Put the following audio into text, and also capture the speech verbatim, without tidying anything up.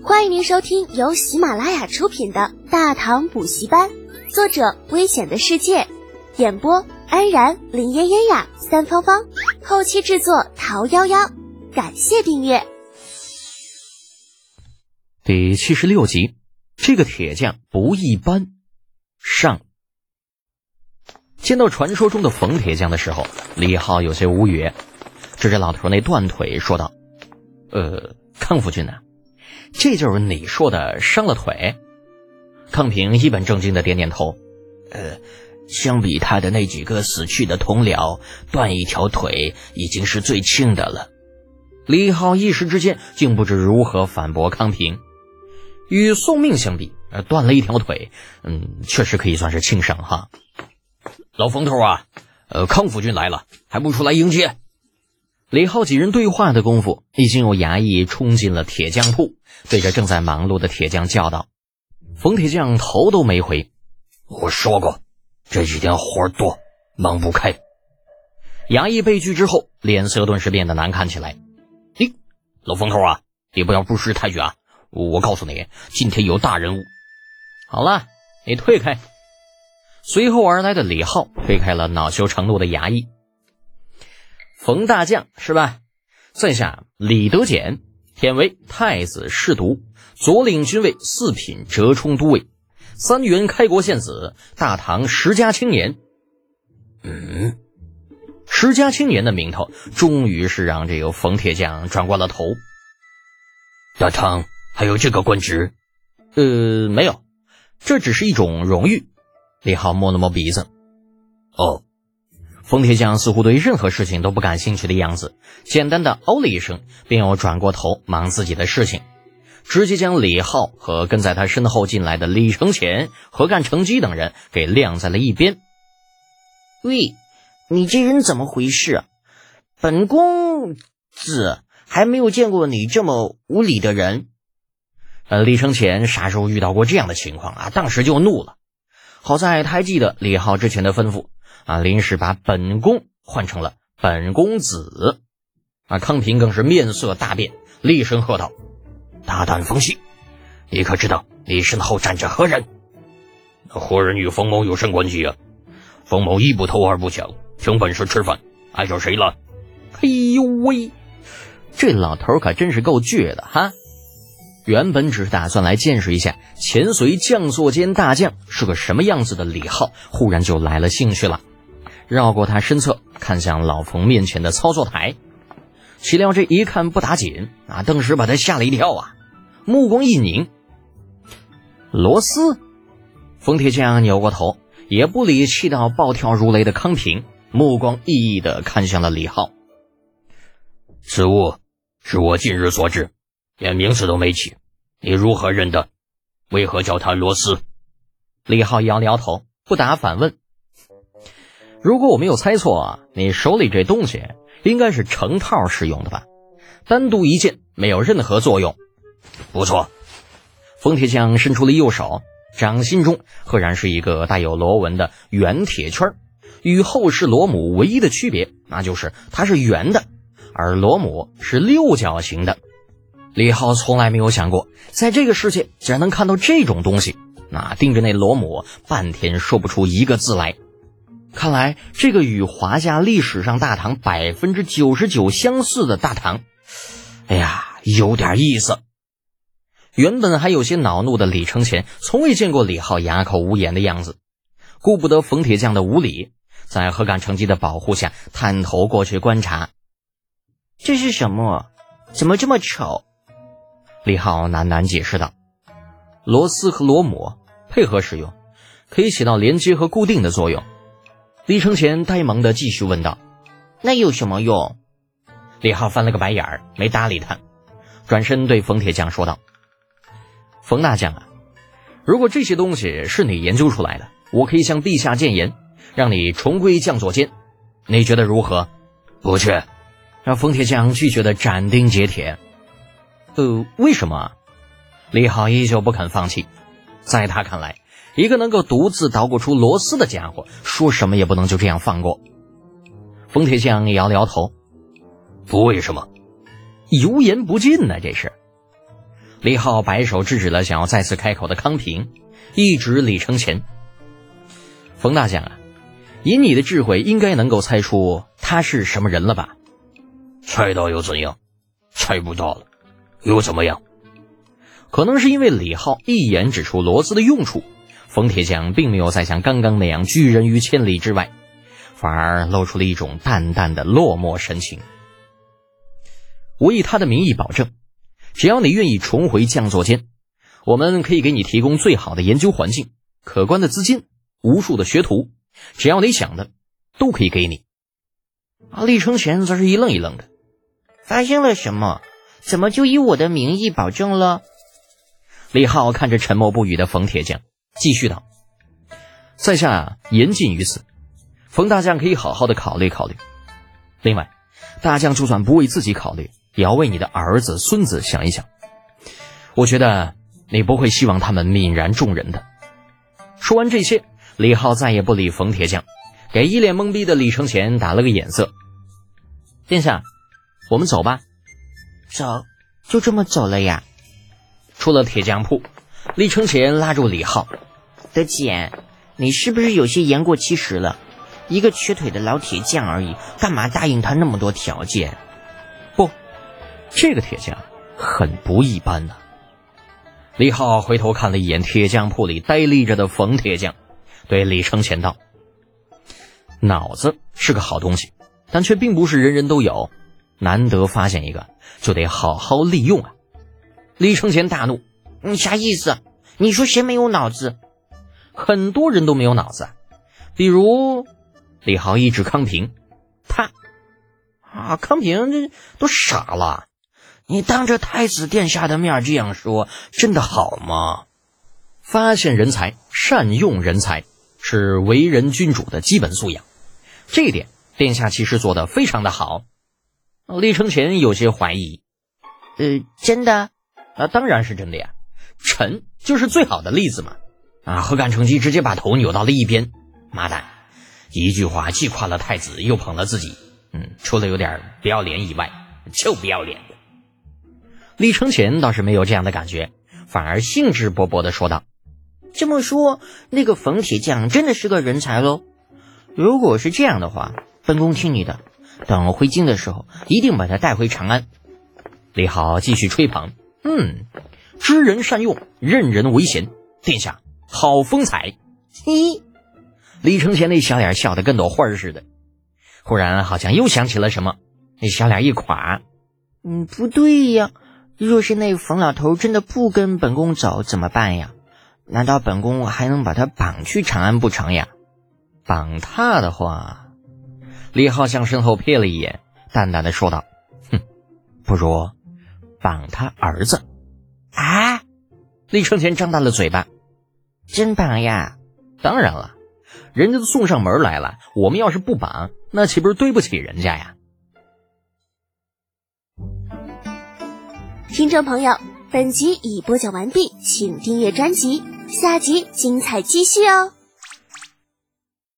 欢迎您收听由喜马拉雅出品的《大唐补习班》，作者危险的世界，演播安然、林嫣嫣呀、三芳芳，后期制作桃夭夭。感谢订阅。 第七十六集，这个铁匠不一般。上。见到传说中的冯铁匠的时候，李浩有些无语，指着老头那断腿说道：呃，康夫君呢、啊？这就是你说的伤了腿？康平一本正经的点点头， 呃，相比他的那几个死去的同僚，断一条腿已经是最轻的了。 李浩一时之间竟不知如何反驳康平。与送命相比，呃，断了一条腿，嗯，确实可以算是轻伤哈。 老冯头啊，呃，康夫君来了，还不出来迎接？ 李浩几人对话的功夫，已经有衙役冲进了铁匠铺，对着正在忙碌的铁匠叫道。冯铁匠头都没回， 我说过这几天活多，忙不开。 衙役被拒之后，脸色顿时变得难看起来。 咦，老冯头啊，你不要不识抬举啊，我告诉你，今天有大人物。 好了，你退开。随后而来的李浩推开了恼羞成怒的衙役。冯大将是吧？在下李德俭，天为太子侍读，左领军卫四品折冲都尉，三原开国县子，大唐十佳青年。 嗯， 十佳青年的名头终于是让这个冯铁匠转过了头。 大唐还有这个官职？ 呃，没有，这只是一种荣誉。李浩摸了摸鼻子。 哦。 冯铁匠似乎对任何事情都不感兴趣的样子，简单的哦了一声，便又转过头忙自己的事情，直接将李浩和跟在他身后进来的李承前、何干成基等人给晾在了一边。 喂，你这人怎么回事啊？本公子还没有见过你这么无礼的人。 呃，李承前啥时候遇到过这样的情况啊？当时就怒了。好在他还记得李浩之前的吩咐啊，临时把本宫换成了本公子。啊，康平更是面色大变，厉声喝道： 大胆冯熙，你可知道你身后站着何人？何人与冯某有甚关系啊？冯某一不偷二不抢，凭本事吃饭，碍着谁了？ 哎呦喂，这老头可真是够倔的哈！原本只是打算来见识一下前随将座间大将是个什么样子的李浩，忽然就来了兴趣了，绕过他身侧，看向老冯面前的操作台。岂料这一看不打紧啊，顿时把他吓了一跳啊！目光一凝，螺丝。冯铁匠扭过头，也不理气到暴跳如雷的康平，目光熠熠地看向了李浩。 此物是我近日所知，连名字都没起，你如何认得？为何叫他螺丝？ 李浩摇摇头，不答反问。如果我没有猜错啊，你手里这东西应该是成套使用的吧？单独一件没有任何作用。 不错。 冯铁匠伸出了右手，掌心中赫然是一个带有螺纹的圆铁圈，与后世螺母唯一的区别，那就是它是圆的，而螺母是六角形的。李浩从来没有想过，在这个世界竟然能看到这种东西，那盯着那螺母半天说不出一个字来。看来这个与华夏历史上大唐百分之九十九相似的大唐，哎呀，有点意思。原本还有些恼怒的李承前，从未见过李浩哑口无言的样子，顾不得冯铁匠的无礼，在何干成基的保护下，探头过去观察。 这是什么？怎么这么丑？ 李浩喃喃解释道：螺丝和螺母配合使用，可以起到连接和固定的作用。李承前呆萌地继续问道： 那有什么用？ 李浩翻了个白眼儿，没搭理他，转身对冯铁匠说道：冯大将啊，如果这些东西是你研究出来的，我可以向陛下谏言，让你重归将座间，你觉得如何？ 不去。 让冯铁匠拒绝的斩钉截铁。呃，为什么啊？李浩依旧不肯放弃。在他看来，一个能够独自捣鼓出螺丝的家伙，说什么也不能就这样放过。冯铁匠摇了摇头： 不为什么？ 油盐不进呢、啊、这是。 李浩摆手制止了想要再次开口的康平，一指李承前：“冯大将啊，以你的智慧，应该能够猜出他是什么人了吧？”“ 猜到又怎样？猜不到了又怎么样？” 可能是因为李浩一眼指出骡子的用处，冯铁匠并没有再像刚刚那样拒人于千里之外，反而露出了一种淡淡的落寞神情。我以他的名义保证，只要你愿意重回将座间，我们可以给你提供最好的研究环境、可观的资金、无数的学徒，只要你想的都可以给你。 李承前则是一愣一愣的，发生了什么？怎么就以我的名义保证了？ 李浩看着沉默不语的冯铁匠，继续道：“在下言尽于此，冯大将可以好好的考虑考虑。另外，大将就算不为自己考虑，也要为你的儿子、孙子想一想。我觉得你不会希望他们泯然众人的。”说完这些，李浩再也不理冯铁匠，给一脸懵逼的李承前打了个眼色：“殿下，我们走吧。”“ 走，就这么走了呀？” 出了铁匠铺，李承前拉住李浩：“ 德简，你是不是有些言过其实了？一个瘸腿的老铁匠而已，干嘛答应他那么多条件？”“ 不，这个铁匠很不一般呐、啊。”李浩回头看了一眼铁匠铺里呆立着的冯铁匠，对李承前道：“脑子是个好东西，但却并不是人人都有，难得发现一个，就得好好利用啊。”李承前大怒：“ 你啥意思？你说谁没有脑子？”“ 很多人都没有脑子，比如……”李浩一指康平，他啊，康平这都傻了。你当着太子殿下的面这样说，真的好吗？ 发现人才，善用人才，是为人君主的基本素养。这一点，殿下其实做得非常的好。李承前有些怀疑：“ 呃，真的？ 啊，当然是真的呀。臣就是最好的例子嘛。啊，何干乘机直接把头扭到了一边。妈蛋！一句话既夸了太子，又捧了自己，嗯，除了有点不要脸以外，就不要脸的。”李承前倒是没有这样的感觉，反而兴致勃勃地说道：“ 这么说，那个冯铁匠真的是个人才喽？如果是这样的话，本宫听你的，等回京的时候，一定把他带回长安。” 李浩继续吹捧：“嗯，知人善用，任人唯贤，殿下好风采。” 嘿， 李承前那小脸笑得跟朵花似的，忽然好像又想起了什么，那小脸一垮：“ 嗯，不对呀，若是那冯老头真的不跟本宫走怎么办呀？难道本宫还能把他绑去长安不成呀？”“ 绑他的话……”李浩向身后瞥了一眼，淡淡的说道：“哼，不如绑他儿子。”“ 啊！” 李承前张大了嘴巴：“ 真绑呀？”“ 当然了，人家都送上门来了，我们要是不绑，那岂不是对不起人家呀？” 听众朋友，本集已播讲完毕，请订阅专辑，下集精彩继续哦。